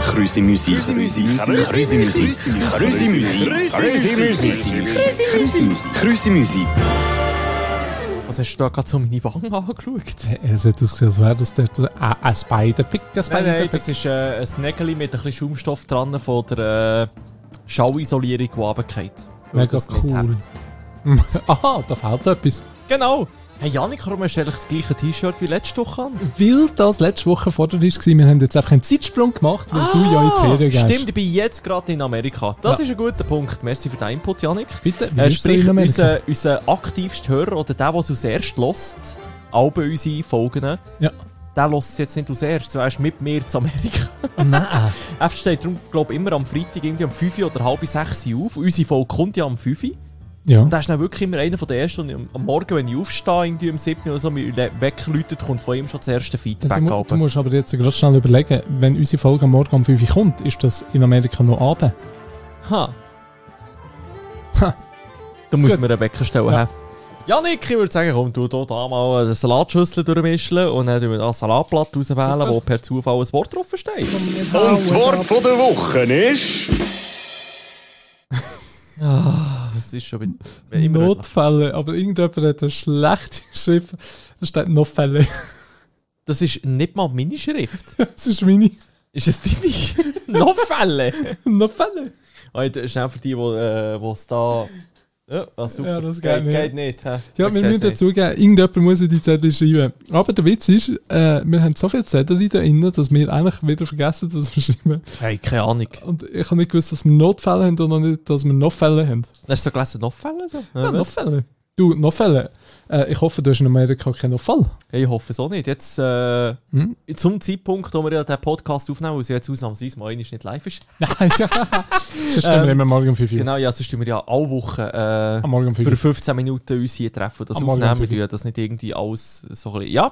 Krüsi-Musik. Krüsi-Musik. Was hast du da gerade so meine Wangen angeschaut? Es hat ausgesehen, als wäre das dort ein Spider-Pick. Nein, das ist ein Nägeli mit ein bisschen Schaumstoff dran von der Schallisolierung, die runterfällt. Mega cool. Aha, da fehlt etwas. Genau. Hey Janik, warum hast du eigentlich das gleiche T-Shirt wie letzte Woche an? Weil das letzte Woche vor dir war, wir haben jetzt einfach einen Zeitsprung gemacht, weil du ja in die Ferien gehst. Stimmt, ich bin jetzt gerade in Amerika. Das ist ein guter Punkt. Merci für deinen Input, Janik. Bitte, wie sprich, unser aktivster Hörer oder der es als erstes hört, alle bei unseren Folgen, ja. Der hört es jetzt nicht als erstes, du wärst mit mir zu Amerika. Nein. Er steht darum, glaube ich, immer am Freitag irgendwie um 5 oder halb 6 auf. Unsere Folge kommt ja um 5 Uhr. Ja. Und da ist dann wirklich immer einer von der ersten. Und am Morgen, wenn ich aufstehe, irgendwie um 7 oder so, mir wegläutet, kommt von ihm schon das erste Feedback. Du musst aber jetzt gerade schnell überlegen, wenn unsere Folge am Morgen um 5 Uhr kommt, ist das in Amerika noch Abend. Ha. Da muss man einen Wecker stellen. Ja. Janik, ich würde sagen, komm, du da mal eine Salatschüssel durchmischen und dann wir ein Salatblatt auswählen, wo per Zufall ein Wort drauf steht. Und das Wort von der Woche ist... Das ist schon immer Notfälle, aber irgendjemand hat eine schlechte Schrift. Da steht Notfälle. Das ist nicht mal meine Schrift. Das ist meine. Ist es deine? Notfälle? Notfälle? Schnell für die es da... Ja, super. Ja, das geht nicht. Ja, wir müssen dazugeben, irgendjemand muss in die Zettel schreiben. Aber der Witz ist, wir haben so viele Zettel da drin, dass wir eigentlich wieder vergessen, was wir schreiben. Hey, keine Ahnung. Und ich habe nicht gewusst, dass wir Notfälle haben oder nicht, dass wir Notfälle haben. Hast du so gelesen, Notfälle? So? Ja, Notfälle. Du, Notfälle. Ich hoffe, du hast in Amerika keinen Notfall. Hey, ich hoffe es auch nicht. Jetzt, zum Zeitpunkt, wo wir ja den Podcast aufnehmen, weil es jetzt ausnahmsweise mal nicht live ist. Nein, sonst tun wir immer morgen um 5 Uhr. Genau, ja, sonst tun wir ja alle Wochen um für 15 Minuten uns hier treffen. Das aufnehmen wir, das nicht irgendwie alles so ein bisschen... Ja.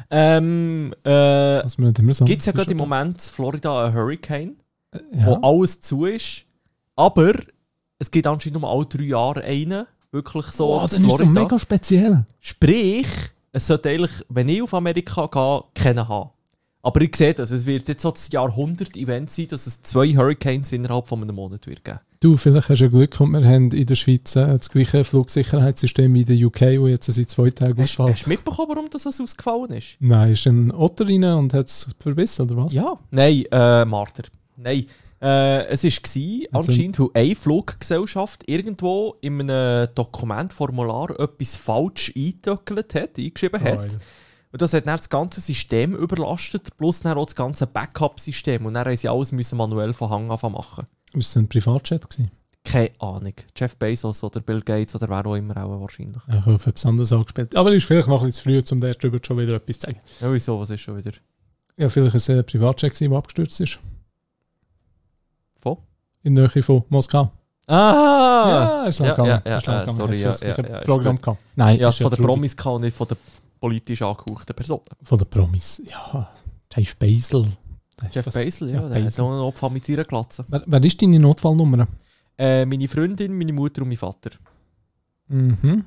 Gibt es ja gerade im Moment in Florida einen Hurricane, wo alles zu ist, aber es gibt anscheinend nur alle 3 Jahre einen. Wirklich so. Das ist so mega speziell. Sprich, es sollte eigentlich, wenn ich auf Amerika gehe, keinen haben. Aber ich sehe das, es wird jetzt so das Jahrhundert-Event sein, dass es 2 Hurricanes innerhalb von einem Monat wird geben. Du, vielleicht hast du ja Glück und wir haben in der Schweiz das gleiche Flugsicherheitssystem wie in der UK, wo jetzt seit 2 Tagen ausfällt. Hast du mitbekommen, warum das ausgefallen ist? Nein, ist ein Otter rein und hat es verbissen, oder was? Ja, nein, Marter. Nein. Es war anscheinend, weil eine Fluggesellschaft irgendwo in einem Dokumentformular etwas falsch eingeschrieben hat. Ja. Und das hat dann das ganze System überlastet, plus dann auch das ganze Backup-System. Und dann mussten sie alles manuell von Hand an machen. War es ein Privatjet gewesen? Keine Ahnung. Jeff Bezos oder Bill Gates oder wer auch immer auch wahrscheinlich. Ich habe auf etwas anderes angespielt. Aber es ist vielleicht noch ein bisschen zu früh, um darüber schon wieder etwas zu sagen. Ja, wieso? Was ist schon wieder? Ja, vielleicht war es ein Privatjet gewesen, der abgestürzt ist. Wo? In der Nähe von Moskau. Ah! Ja, ist lang gegangen. Sorry, ja. Programm gehabt. Nein, ja, von der Promis und nicht von der politisch angehauchten Person. Von der Promis, ja. Jeff Bezos. Jeff Bezos, ja. Der hat so einen Opfer mit seiner Glatze. Wer ist deine Notfallnummer? Meine Freundin, meine Mutter und mein Vater. Und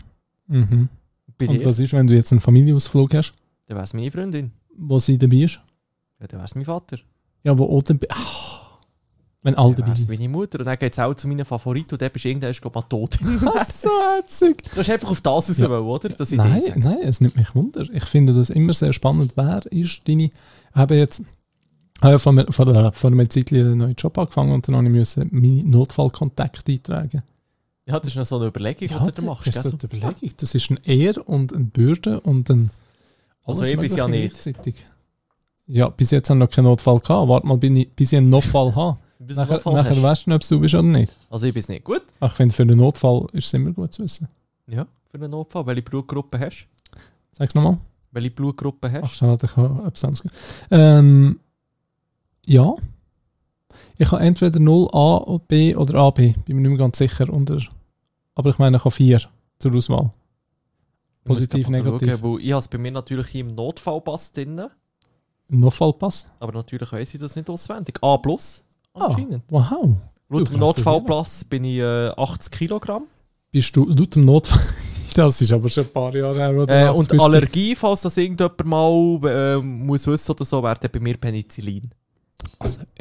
was ist, wenn du jetzt einen Familienausflug hast? Dann wäre es meine Freundin. Wo sie dabei ist? Ja, dann wäre es mein Vater. Ja, wo auch dabei... Wenn alle dabei sind. Das ist meine Mutter. Und dann geht es auch zu meinen Favoriten und dann bist du irgendwann mal tot. Was so herzig. Du hast einfach auf das raus, oder? Das nein, es nimmt mich Wunder. Ich finde das immer sehr spannend. Wer ist deine... Ich habe jetzt vor einer Zeit einen neuen Job angefangen und dann musste ich meinen Notfallkontakt eintragen. Ja, das ist noch so eine Überlegung, die du machst. Das ist so eine Überlegung. Das ist eine Ehre und eine Bürde und ein... Also ich bis ja nicht. Ja, bis jetzt haben wir noch keinen Notfall gehabt. Warte mal, bis ich einen Notfall habe. Nachher weißt du, ob du bist oder nicht. Also ich bin es nicht. Gut. Ach, ich finde, für einen Notfall ist es immer gut zu wissen. Ja, für einen Notfall. Welche Blutgruppe hast du? Sag's nochmal. Welche Blutgruppe hast du? Ach, schade, ich habe etwas anderes. Ja. Ich habe entweder 0A, B oder AB. Bin mir nicht mehr ganz sicher. Aber ich meine, ich habe 4 zur Auswahl. Positiv, negativ. Schauen, ich habe es bei mir natürlich hier im Notfallpass drin. Im Notfallpass? Aber natürlich weiss ich das nicht auswendig. A+. Anscheinend. Wow. Laut dem Notfallpass bin ich 80 Kilogramm. Bist du laut dem Notfall... Das ist aber schon ein paar Jahre her. Oder und Allergie, falls das irgendjemand mal muss wissen oder so, wäre bei mir Penicillin. Also, ich wette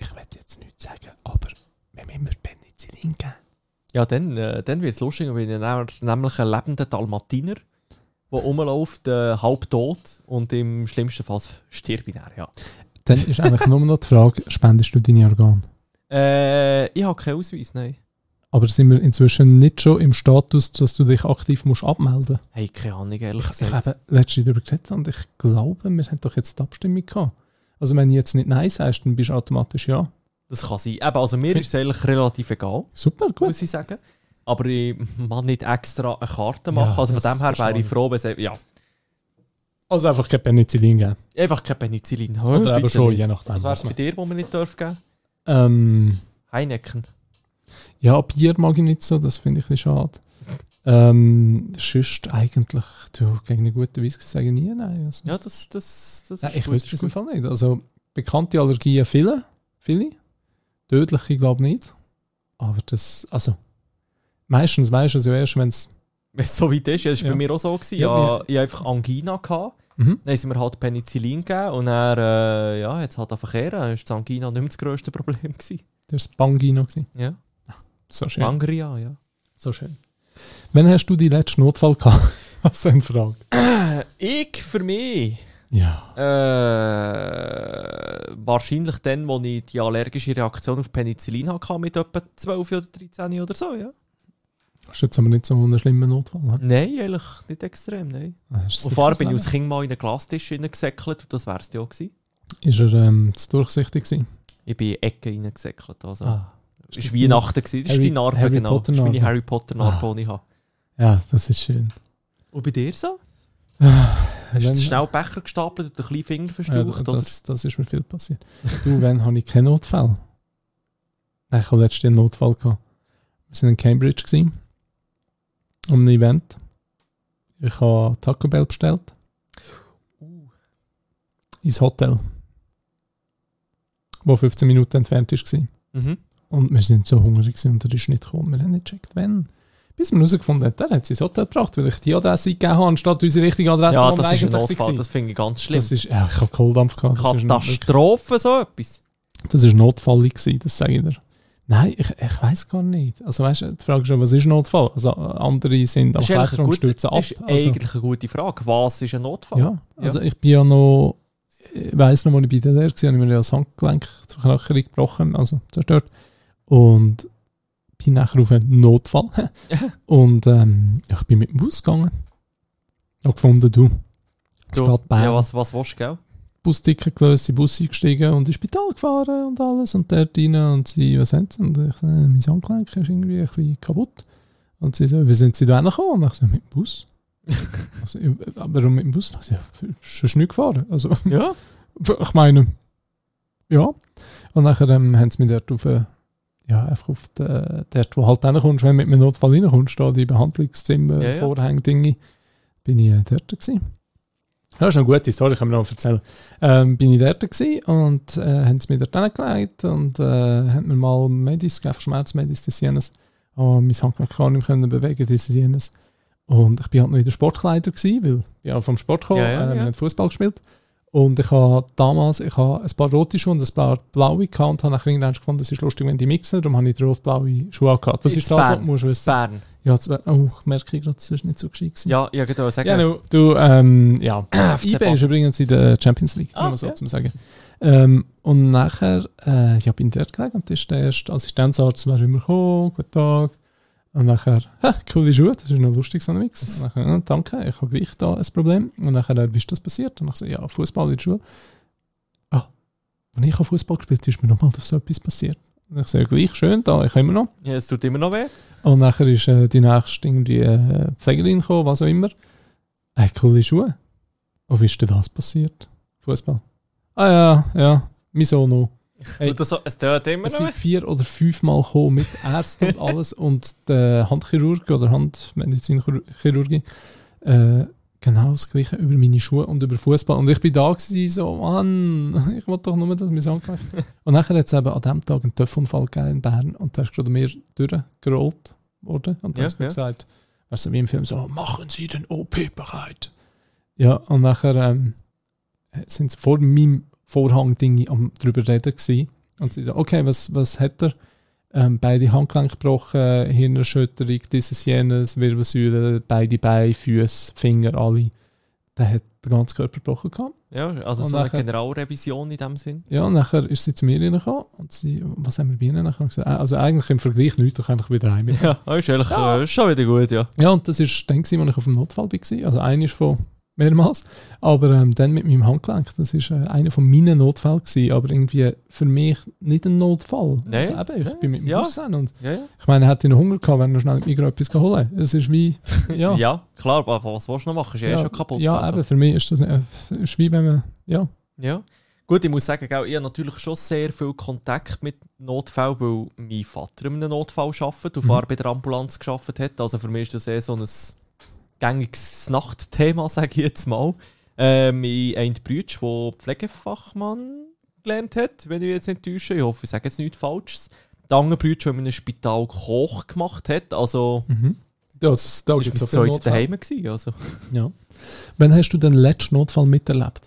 jetzt nichts sagen, aber wenn wir immer Penicillin geben. Ja, dann wird es lustig, wenn ich nämlich einen lebenden Dalmatiner, der rumläuft, halb tot und im schlimmsten Fall stirbt er, ja. Dann ist eigentlich nur noch die Frage, spendest du deine Organe? Ich habe keinen Ausweis, nein. Aber sind wir inzwischen nicht schon im Status, dass du dich aktiv musst abmelden musst? Hey, keine Ahnung, ehrlich Ich gesagt. habe letztens darüber geredet und ich glaube, wir haben doch jetzt die Abstimmung gehabt. Also wenn du jetzt nicht Nein sagst, dann bist du automatisch Ja. Das kann sein. Eben, also mir ist es eigentlich relativ egal, Super, gut. muss ich sagen. Aber ich mag nicht extra eine Karte machen. Ja, Also von das dem her wäre verstehe ich ich. froh, wenn es ja, Also einfach kein Penicillin geben. einfach kein Penicillin. Oder aber Bitte schon, nicht. je nachdem. Was wäre es bei dir, wo man nicht geben darf? Heineken. Ja, Bier mag ich nicht so, das finde ich ein bisschen schade. Sonst eigentlich, du, gegen einen guten Whisky sagen nie Nein. Also, Ja, das ist nein, ich gut, wüsste ist es im gut. Fall nicht. Also bekannte Allergien viele. Tödliche glaube ich nicht. Aber das, also meistens weisst du es ja erst, wenn es... Wenn es so weit ist, ja, das war Ja. bei mir auch so. Gewesen. Ja, Ich hatte einfach Angina gehabt. Mhm. Dann haben sie mir halt Penicillin gegeben und dann, ja, jetzt halt verkehren. Dann war das Angina nicht mehr das grösste Problem gewesen. Das war Bangino. Ja, So schön. Mangria, ja. So schön. Wann hast du die letzten Notfall gehabt? Was ist eine Frage? Ich für mich Ja. wahrscheinlich dann, als ich die allergische Reaktion auf Penicillin hatte, mit etwa 12 oder 13 oder so, ja. Das ist jetzt aber nicht so einen schlimmen Notfall. Ne? Nein, eigentlich nicht extrem, nein. Und vorher bin ich als Kind mal in einen Glastisch hineingesäckelt und das wäre es ja auch gewesen. Ist er zu durchsichtig gewesen? Ich bin in Ecken hineingesäckelt, also... Ist Es war Weihnachten, gewesen. Das ist die Narbe, Harry genau. Potter Das ist meine Narbe. Harry Potter Narbe, die ich habe. Ja, das ist schön. Und bei dir so? Hast du Wenn- schnell Becher gestapelt und den kleinen Finger Ja, verstaucht? oder? das ist mir viel passiert. Du, wann habe ich keinen Notfall? Nein, ich hatte letztens einen Notfall gehabt. Wir waren in Cambridge gewesen, um ein Event. Ich habe Taco Bell bestellt. Ins Hotel. Wo 15 Minuten entfernt war. Mhm. Und wir sind so hungrig gewesen und er ist nicht gekommen. Wir haben nicht gecheckt, wann. Bis wir herausgefunden haben, der hat sie ins Hotel gebracht, weil ich die Adresse eingegeben habe, anstatt unsere richtige Adresse, Ja, wo wir das ist ein eigentlich Notfall. waren. Das finde ich ganz schlimm. Das ist, ja, ich habe Kohldampf gehabt. Das ist nicht- Katastrophe, so etwas. Das war notfallig gewesen, das sage ich dir. Nein, ich weiß gar nicht. Also weißt du, die Frage ist ja, was ist ein Notfall? Also andere sind am Das ist eigentlich Klettern und stürzen ab. das ist Also, eigentlich eine gute Frage. Was ist ein Notfall? ja, also ich bin ja noch, ich weiss noch, als ich bei der Lehre war, habe ich mir ja das Handgelenk zur Knöcherung gebrochen, also zerstört. Und bin nachher auf einen Notfall. Und ich bin mit dem Bus gegangen. Und gefunden, du, Stadt Bern. Ja, was willst du, gell? Busticket gelöst, in den Bus eingestiegen und ins Spital gefahren und alles und dort rein und sie, was haben sie? Und ich mein Handgelenk ist irgendwie ein bisschen kaputt. Und sie so, wie sind sie da hingekommen? Und ich so, mit dem Bus? Also, aber warum mit dem Bus? Also, ja, schon nicht gefahren. Also, Ja. ich meine, ja. Und nachher haben sie mich dort auf, ja, einfach auf dort, wo halt reinkommst, wenn du mit einem Notfall reinkommst, da die Behandlungszimmer, Ja, ja. Vorhang-Dinge, bin ich dort gewesen. Das ist eine gute Story, kann ich noch erzählen. Bin ich dort gewesen und haben sie mich dort hingelegt und haben mir mal Medis gegeben, Schmerzmedis, das jenes. Oh, mein Handgelenk kann nicht mehr bewegen, das jenes. Und ich bin halt noch in der Sportkleider gewesen, weil ich ja vom Sport gekommen, wir haben Fußball gespielt. Und ich habe damals ein paar rote Schuhe und ein paar blaue gehabt und habe nachher irgendwann gefunden, es ist lustig, wenn die mixen, darum habe ich die rot-blaue Schuhe gehabt. Das In ist das, was Bern. du musst wissen. Bern. Ja, ich merke gerade, das ist nicht so gescheit gewesen. Ja, ich würde sagen. Ja, ja. eBay ist übrigens in der Champions League, nur mal so ja. zu sagen. Und nachher, ja, bin ich dort gelegen und das ist der erste Assistenzarzt, der immer gekommen, guten Tag. Und nachher, coole Schuhe, das ist noch lustig, so ein Mix. Und nachher, danke, ich habe gleich da ein Problem. Und nachher, wie ist das passiert? Und ich so, ja, Fußball in der Schule. Wenn ich Fußball gespielt habe, ist mir nochmal so etwas passiert. Und ich sage, gleich schön, da, ich habe immer noch. Ja, es tut immer noch weh. Und nachher ist die nächste irgendwie Pflegerin gekommen, was auch immer. Coole Schuhe. Und wie ist denn das passiert? Fußball. Ja, mein Sohn noch. Hey, Und das, es tut immer es noch sind weh. 4 oder 5 Mal gekommen mit Ärzten und alles und der Handchirurg oder Handmedizinchirurgie genau das Gleiche über meine Schuhe und über Fußball. Und ich bin da gewesen, so, Mann, ich wollte doch nur, dass mir angreift. Und nachher hat es eben an diesem Tag einen Töpfunfall gegeben in Bern und da ist gerade mir durchgerollt worden. Und dann hat mir gesagt, weißt du, wie im Film, so, machen Sie den OP bereit. Ja, und nachher sind sie vor meinem Vorhang-Dinge am drüber reden gewesen. Und sie so, okay, was hat er? Beide Handgelenke gebrochen, Hirnerschütterung, dieses, jenes, Wirbelsäule, beide Beine, Füße, Finger, alle. Der hat den ganzen Körper gebrochen gehabt. Ja, also Und so eine nachher- Generalrevision in dem Sinn. Ja, und nachher ist sie zu mir reingekommen und sie, was haben wir bei ihnen nachher gesagt? Also eigentlich im Vergleich nicht, doch einfach wieder heim. Ja, ist eigentlich schon wieder gut, ja. Ja, und das ist dann, als ich auf dem Notfall war. Also einer von mehrmals. Aber dann mit meinem Handgelenk. Das war einer von meinen Notfällen gewesen, aber irgendwie für mich nicht ein Notfall. Nein. Also eben, ich bin mit dem Ja. Bus hin und Ja, ich meine, er hätte noch Hunger gehabt, wenn er schnell mit mir etwas geholt hätte. Es ist wie, ja. ja, klar, aber was willst du noch machen? Ist ja, schon kaputt. Ja, also. eben, für mich ist das ist wie wenn man, ja. Ja. Gut, ich muss sagen, gell, ich habe natürlich schon sehr viel Kontakt mit Notfällen, weil mein Vater in einem Notfall arbeitet und vorher bei der Ambulanz gearbeitet hat. Also für mich ist das so ein gängiges Nachtthema, sage ich jetzt mal. Mein ein Bruder, der Pflegefachmann gelernt hat, wenn ich mich jetzt nicht täusche. Ich hoffe, ich sage jetzt nichts Falsches. Der andere Bruder, der in einem Spital Koch gemacht hat. Also, Da das gibt war es mein so viel zweiter Notfall. daheim gewesen, also. Ja. Wann hast du den letzten Notfall miterlebt?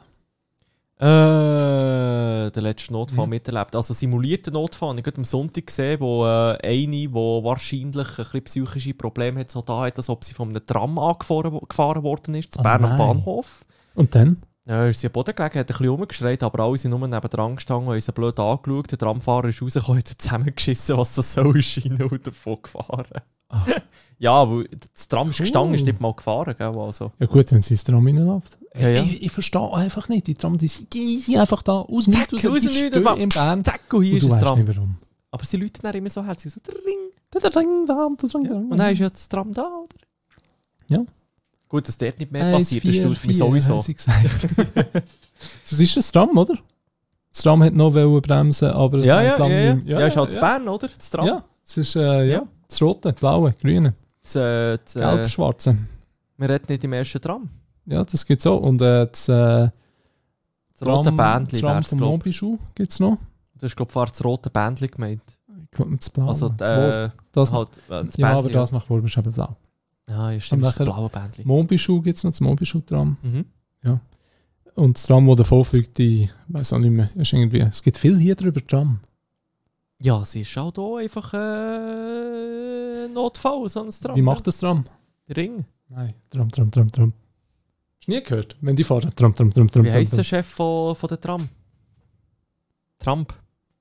Den letzten Notfall miterlebt. Also simulierten Notfall habe ich gerade am Sonntag gesehen, wo eine, die wahrscheinlich ein bisschen psychische Probleme hat, so da hat, als ob sie von einem Tram gefahren worden ist, zu Bern am nein. Bahnhof. Und dann? Ja, ist sie am Boden gelegen, hat ein bisschen rumgeschreit, aber alle sind nur nebendran gestanden und haben sie blöd angeschaut. Der Tramfahrer ist rausgekommen, hat sie zusammengeschissen, was das soll, ist und davon gefahren. Ah. Ja, aber das Tram ist Cool. gestanden, ist nicht mal gefahren, gell, also. Ja gut, wenn sie ins Tram reinläuft. Ja, ja. Ich verstehe einfach nicht. Die Tram, die sind einfach da aus dem Zack, Nichts aus raus, dem die Nichts, stehen in Bern. Zack, und hier Und ist du das weißt Tram. nicht warum. Aber sie läuten dann immer so herzlich, so Ring. Und Und dann ist ja das Tram da, oder? Ja. Gut, dass dort nicht mehr passiert, das tut mich sowieso. Das ist das Tram, oder? Das Tram hat noch bremsen, aber es Ja, lenkt ja, lang ja. nicht. Ja, ist halt zu Bern, oder? Das Tram. Ja, es ist Ja. das Rote, Blaue, Grüne, Das, Gelb, Schwarze. wir reden nicht im ersten Tram. Ja, das gibt es auch. Und das Das rote Bändchen Tram wär's, vom glaub. Montbichou gibt es noch. Du hast, glaube ich, das rote Bändchen gemeint. Das Blaue. Also, das Wort. Das halt, das ja, aber Bändchen, das nach Wurm ist eben blau. Ja, stimmt, Und das nachher- blaue Bändchen. Montbichou gibt es noch, das Montbichou-Tram. Mhm. Und das Tram, das davor fliegt, ich weiß auch nicht mehr, ist irgendwie, es gibt viel hier drüber Tram. Ja, es ist auch hier einfach Notfall, so ein Tram. Wie macht das Tram? Ring. Nein, Tram. Hast du nie gehört? Wenn die fahren, Tram. Wie heisst der Chef von der Tram? Trump.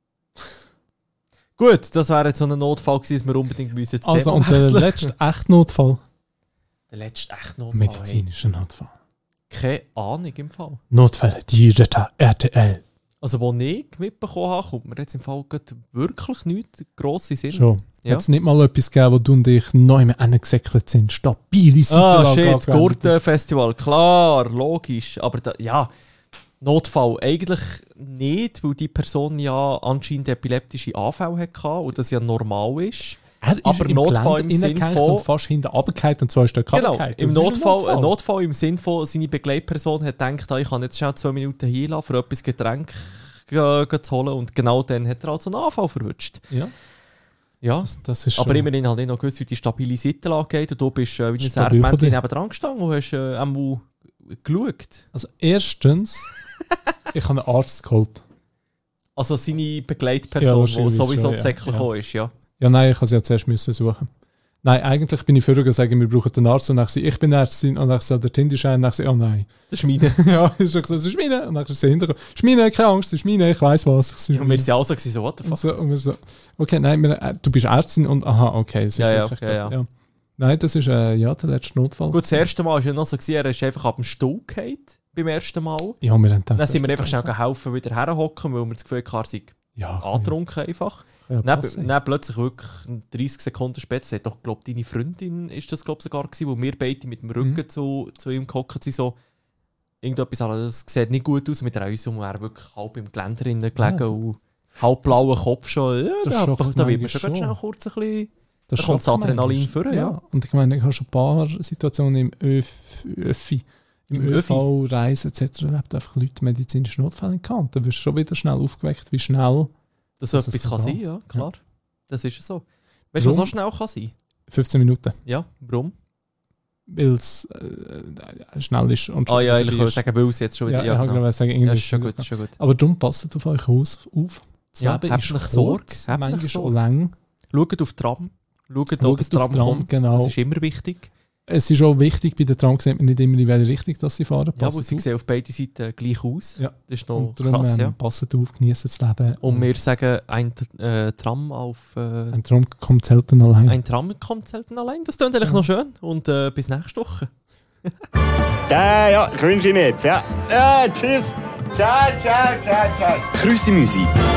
Gut, das wäre jetzt so ein Notfall gewesen, dass wir unbedingt müssen jetzt Also, Thema und der wechseln. letzte Echtnotfall? Der letzte echt Notfall. Medizinischer Notfall. Keine Ahnung im Fall. Notfälle, die Retter RTL. Also, wo ich mitbekommen habe, kommt mir jetzt im Fall gerade wirklich nichts grosse Sinn. Schon. Ja. Hat es nicht mal etwas gegeben, wo du und ich neu mehr hingesäckelt sind? Stabile Ah, Seitenlage shit, angewendet. Gurtenfestival, klar, logisch. Aber da, ja, Notfall eigentlich nicht, weil die Person ja anscheinend epileptische Anfälle hatte und das ja normal ist. Er ist Aber im Notfall Geländer im Sinn reingehängt von- und fast hinten runtergefallen und 2 Stück Genau, runtergefallen. im Das ist ein Notfall, Notfall im Sinn von, seine Begleitperson hat gedacht, ich kann jetzt schnell 2 Minuten hier lassen, für etwas Getränk zu holen und genau dann hat er also einen Anfall verwünscht. Ja, Ja, das ist aber schon- immerhin halt nicht noch gewusst, wie die stabile Seitenlage geht und du bist wie ein Stabil Serpentchen von dir. nebendran gestanden und hast einmal geschaut. Also erstens, ich habe einen Arzt geholt. Also seine Ja, Begleitperson, die wahrscheinlich sowieso schon, ja, ja. Säckchen Ja. gekommen ist, ja. Ja, nein, ich habe sie ja zuerst müssen suchen. Nein, eigentlich bin ich vorher gesagt, wir brauchen einen Arzt. Und dann sie, ich bin Ärztin. Und dann gesagt, der Tindischein. Und dann sie, oh nein. Das ist meine. Ja, ich habe gesagt, es ist meine. Und dann ist sie hintergekommen. Es ist meine, keine Angst, es ist meine, ich weiss was. Es ist Und wir meine. sind auch so, gewesen, so, what the Und fuck. so, und wir so, okay, nein, du bist Ärztin und aha, okay, es ist Ja, ja, wirklich ja, gut, ja. Nein, das ist ja, der letzte Notfall. Gut, das erste Mal war ja noch so, gewesen, er ist einfach ab dem Stuhl gefallen, beim ersten Mal. Ja, wir haben gedacht, Dann sind wir einfach schnell geholfen, wieder herhocken, weil wir das Gefühl hatten, er sei ja, angetrunken einfach. ja, Dann plötzlich wirklich 30 Sekunden später, das hat doch, glaube deine Freundin ist das, glaube sogar gewesen, wo wir beide mit dem Rücken zu ihm gehockt sind, so irgendetwas, also das sieht nicht gut aus mit uns, und er wirklich halb im Geländer gelegen Ja, und halb blauer Kopf schon. Ja, das da schockt wird man manchmal schon schon. ganz schnell kurz ein bisschen... das da kommt das schockt Adrenalin manchmal. vor, ja. Und ich meine, ich habe schon ein paar Situationen im Öffi, im Im Öffi? ÖV, Reisen etc. erlebt, einfach Leute medizinische Notfälle gehabt. Da wirst du schon wieder schnell aufgeweckt, wie schnell Dass Das etwas ist kann so sein, da. ja, klar. Das ist so. Weißt du, was Warum? so schnell kann sein? 15 Minuten, Ja, warum? weil es schnell ist und schon Ah ja, vorbei eigentlich wollte ich ist. sagen, weil es jetzt schon wieder... Ja, ich habe genau. gerade sagen, Ja, irgendwie ist schon gut, ist schon gut. Aber darum passt auf euch auf. Das Leben ist habt kurz, Sorge, manchmal Sorge. schon lang. Schaut auf die Tram. Schaut, ob Schaut das auf Tram die Tram, kommt. genau. Das ist immer wichtig. Es ist auch wichtig, bei der Tram sieht man nicht immer, in welche Richtung dass sie fahren. Ja, weil Passt sie auf. sehen auf beiden Seiten gleich aus. Ja. Das ist noch Und darum krass, ja. passt auf, genießt das Leben. Und wir sagen, ein Tram auf... Ein Tram kommt selten allein. ein Tram kommt selten allein. Das klingt eigentlich noch schön. Und bis nächste Woche. Ja, ich wünsche Ihnen jetzt, ja. Ja, tschüss. Ciao, ciao, ciao, ciao. Grüße Musik.